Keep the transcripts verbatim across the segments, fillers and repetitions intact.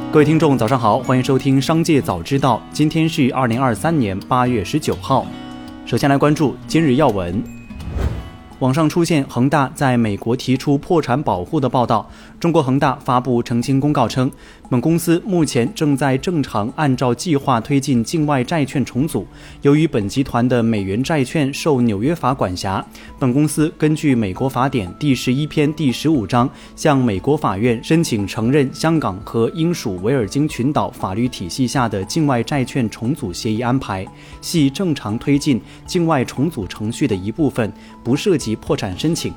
各位听众早上好，欢迎收听商界早知道，今天是二零二三年八月十九号。首先来关注今日要闻。网上出现恒大在美国提出破产保护的报道，中国恒大发布澄清公告称，本公司目前正在正常按照计划推进境外债券重组。由于本集团的美元债券受纽约法管辖，本公司根据美国法典第十一篇第十五章向美国法院申请承认香港和英属维尔京群岛法律体系下的境外债券重组协议安排，系正常推进境外重组程序的一部分，不涉及破产申请。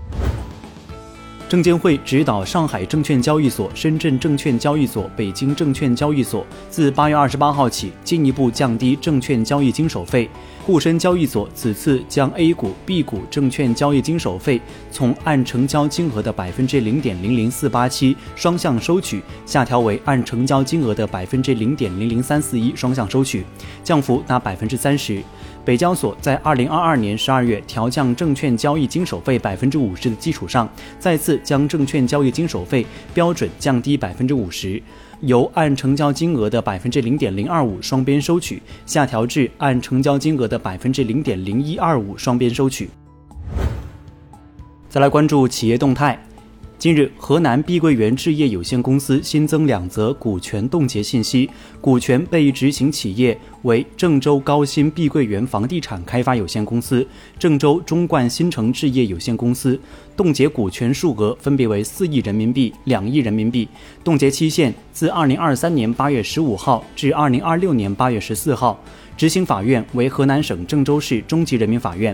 证监会指导上海证券交易所、深圳证券交易所、北京证券交易所自八月二十八号起进一步降低证券交易经手费。沪深交易所此次将 A 股、B 股证券交易经手费从按成交金额的百分之零点零零四八七双向收取，下调为按成交金额的百分之零点零零三四一双向收取，降幅达百分之三十。北交所在二零二二年十二月调降证券交易经手费百分之五十的基础上，再次将证券交易经手费标准降低百分之五十，由按成交金额的百分之零点零二五双边收取，下调至按成交金额的百分之零点零一二五双边收取。再来关注企业动态。近日，河南碧桂园置业有限公司新增两则股权冻结信息，股权被执行企业为郑州高新碧桂园房地产开发有限公司、郑州中冠新城置业有限公司，冻结股权数额分别为四亿人民币、两亿人民币，冻结期限自二零二三年八月十五号至二零二六年八月十四号，执行法院为河南省郑州市中级人民法院。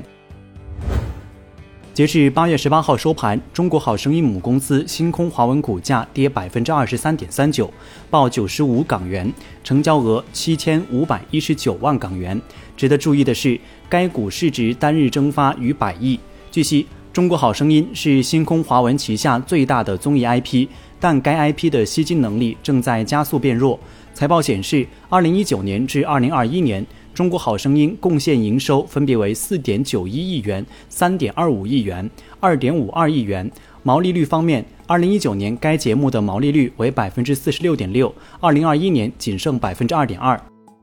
截至八月十八号收盘，中国好声音母公司星空华文股价跌百分之二十三点三九，报九十五港元，成交额七千五百一十九万港元。值得注意的是，该股市值单日蒸发逾百亿。据悉，中国好声音是星空华文旗下最大的综艺 I P， 但该 I P 的吸金能力正在加速变弱。财报显示，二零一九年至二零二一年。中国好声音贡献营收分别为 四点九一亿元、三点二五亿元、二点五二亿元。毛利率方面，二零一九年该节目的毛利率为 百分之四十六点六， 二零二一年仅剩 百分之二点二。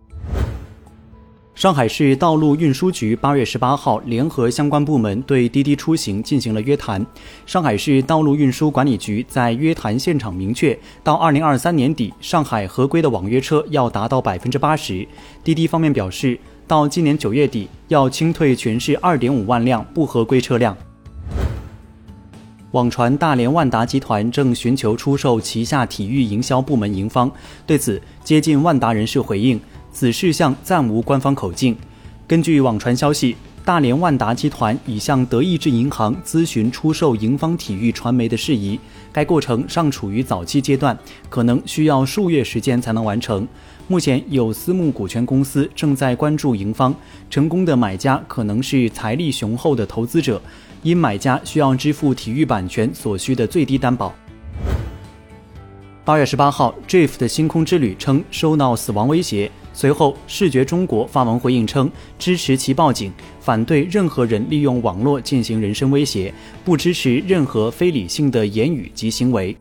上海市道路运输局八月十八号联合相关部门对滴滴出行进行了约谈。上海市道路运输管理局在约谈现场明确，到二零二三年底，上海合规的网约车要达到 百分之八十。滴滴方面表示，到今年九月底要清退全市 二点五万辆不合规车辆。网传大连万达集团正寻求出售旗下体育营销部门营方，对此，接近万达人士回应，此事项暂无官方口径。根据网传消息，大连万达集团已向德意志银行咨询出售营方体育传媒的事宜，该过程尚处于早期阶段，可能需要数月时间才能完成。目前有私募股权公司正在关注营方，成功的买家可能是财力雄厚的投资者，因买家需要支付体育版权所需的最低担保。八月十八号 J I F 的星空之旅称收到死亡威胁，随后视觉中国发文回应称支持其报警，反对任何人利用网络进行人身威胁，不支持任何非理性的言语及行为。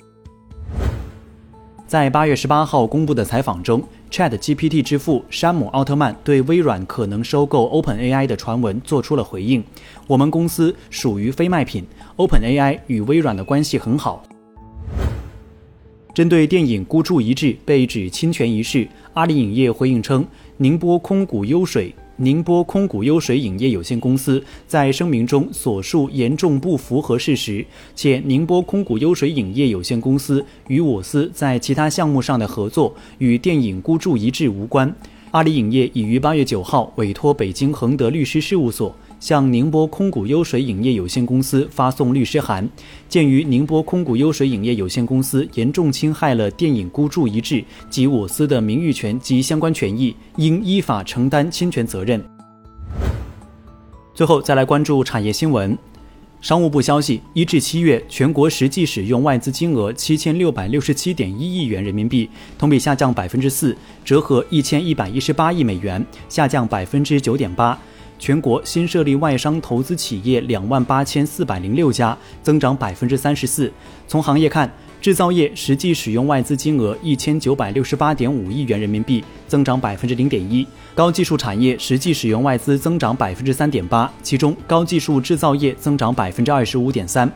在八月十八号公布的采访中， ChatGPT 之父山姆奥特曼对微软可能收购 OpenAI 的传闻做出了回应，我们公司属于非卖品， OpenAI 与微软的关系很好。针对电影孤注一掷被指侵权一事，阿里影业回应称，宁波空谷优水宁波空谷优水影业有限公司在声明中所述严重不符合事实，且宁波空谷优水影业有限公司与我司在其他项目上的合作与电影孤注一掷无关。阿里影业已于八月九号委托北京恒德律师事务所向宁波空谷优水影业有限公司发送律师函，鉴于宁波空谷优水影业有限公司严重侵害了电影孤注一掷及我司的名誉权及相关权益，应依法承担侵权责任。最后再来关注产业新闻。商务部消息，一至七月，全国实际使用外资金额七千六百六十七点一亿元人民币，同比下降百分之四，折合一千一百一十八亿美元，下降百分之九点八。全国新设立外商投资企业两万八千四百零六家，增长百分之三十四。从行业看， 制造业实际使用外资金额一千九百六十八点五亿元人民币，增长百分之零点一。高技术产业实际使用外资增长百分之三点八，其中高技术制造业增长百分之二十五点三。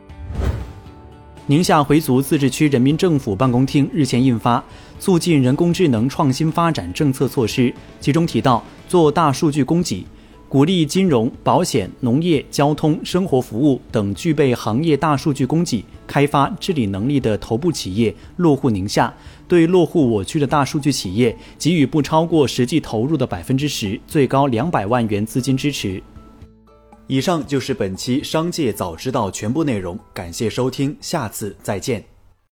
宁夏回族自治区人民政府办公厅日前印发促进人工智能创新发展政策措施，其中提到做大数据供给，鼓励金融、保险、农业、交通、生活服务等具备行业大数据供给、开发、治理能力的头部企业落户宁夏，对落户我区的大数据企业给予不超过实际投入的百分之十，最高两百万元资金支持。以上就是本期商界早知道全部内容，感谢收听，下次再见。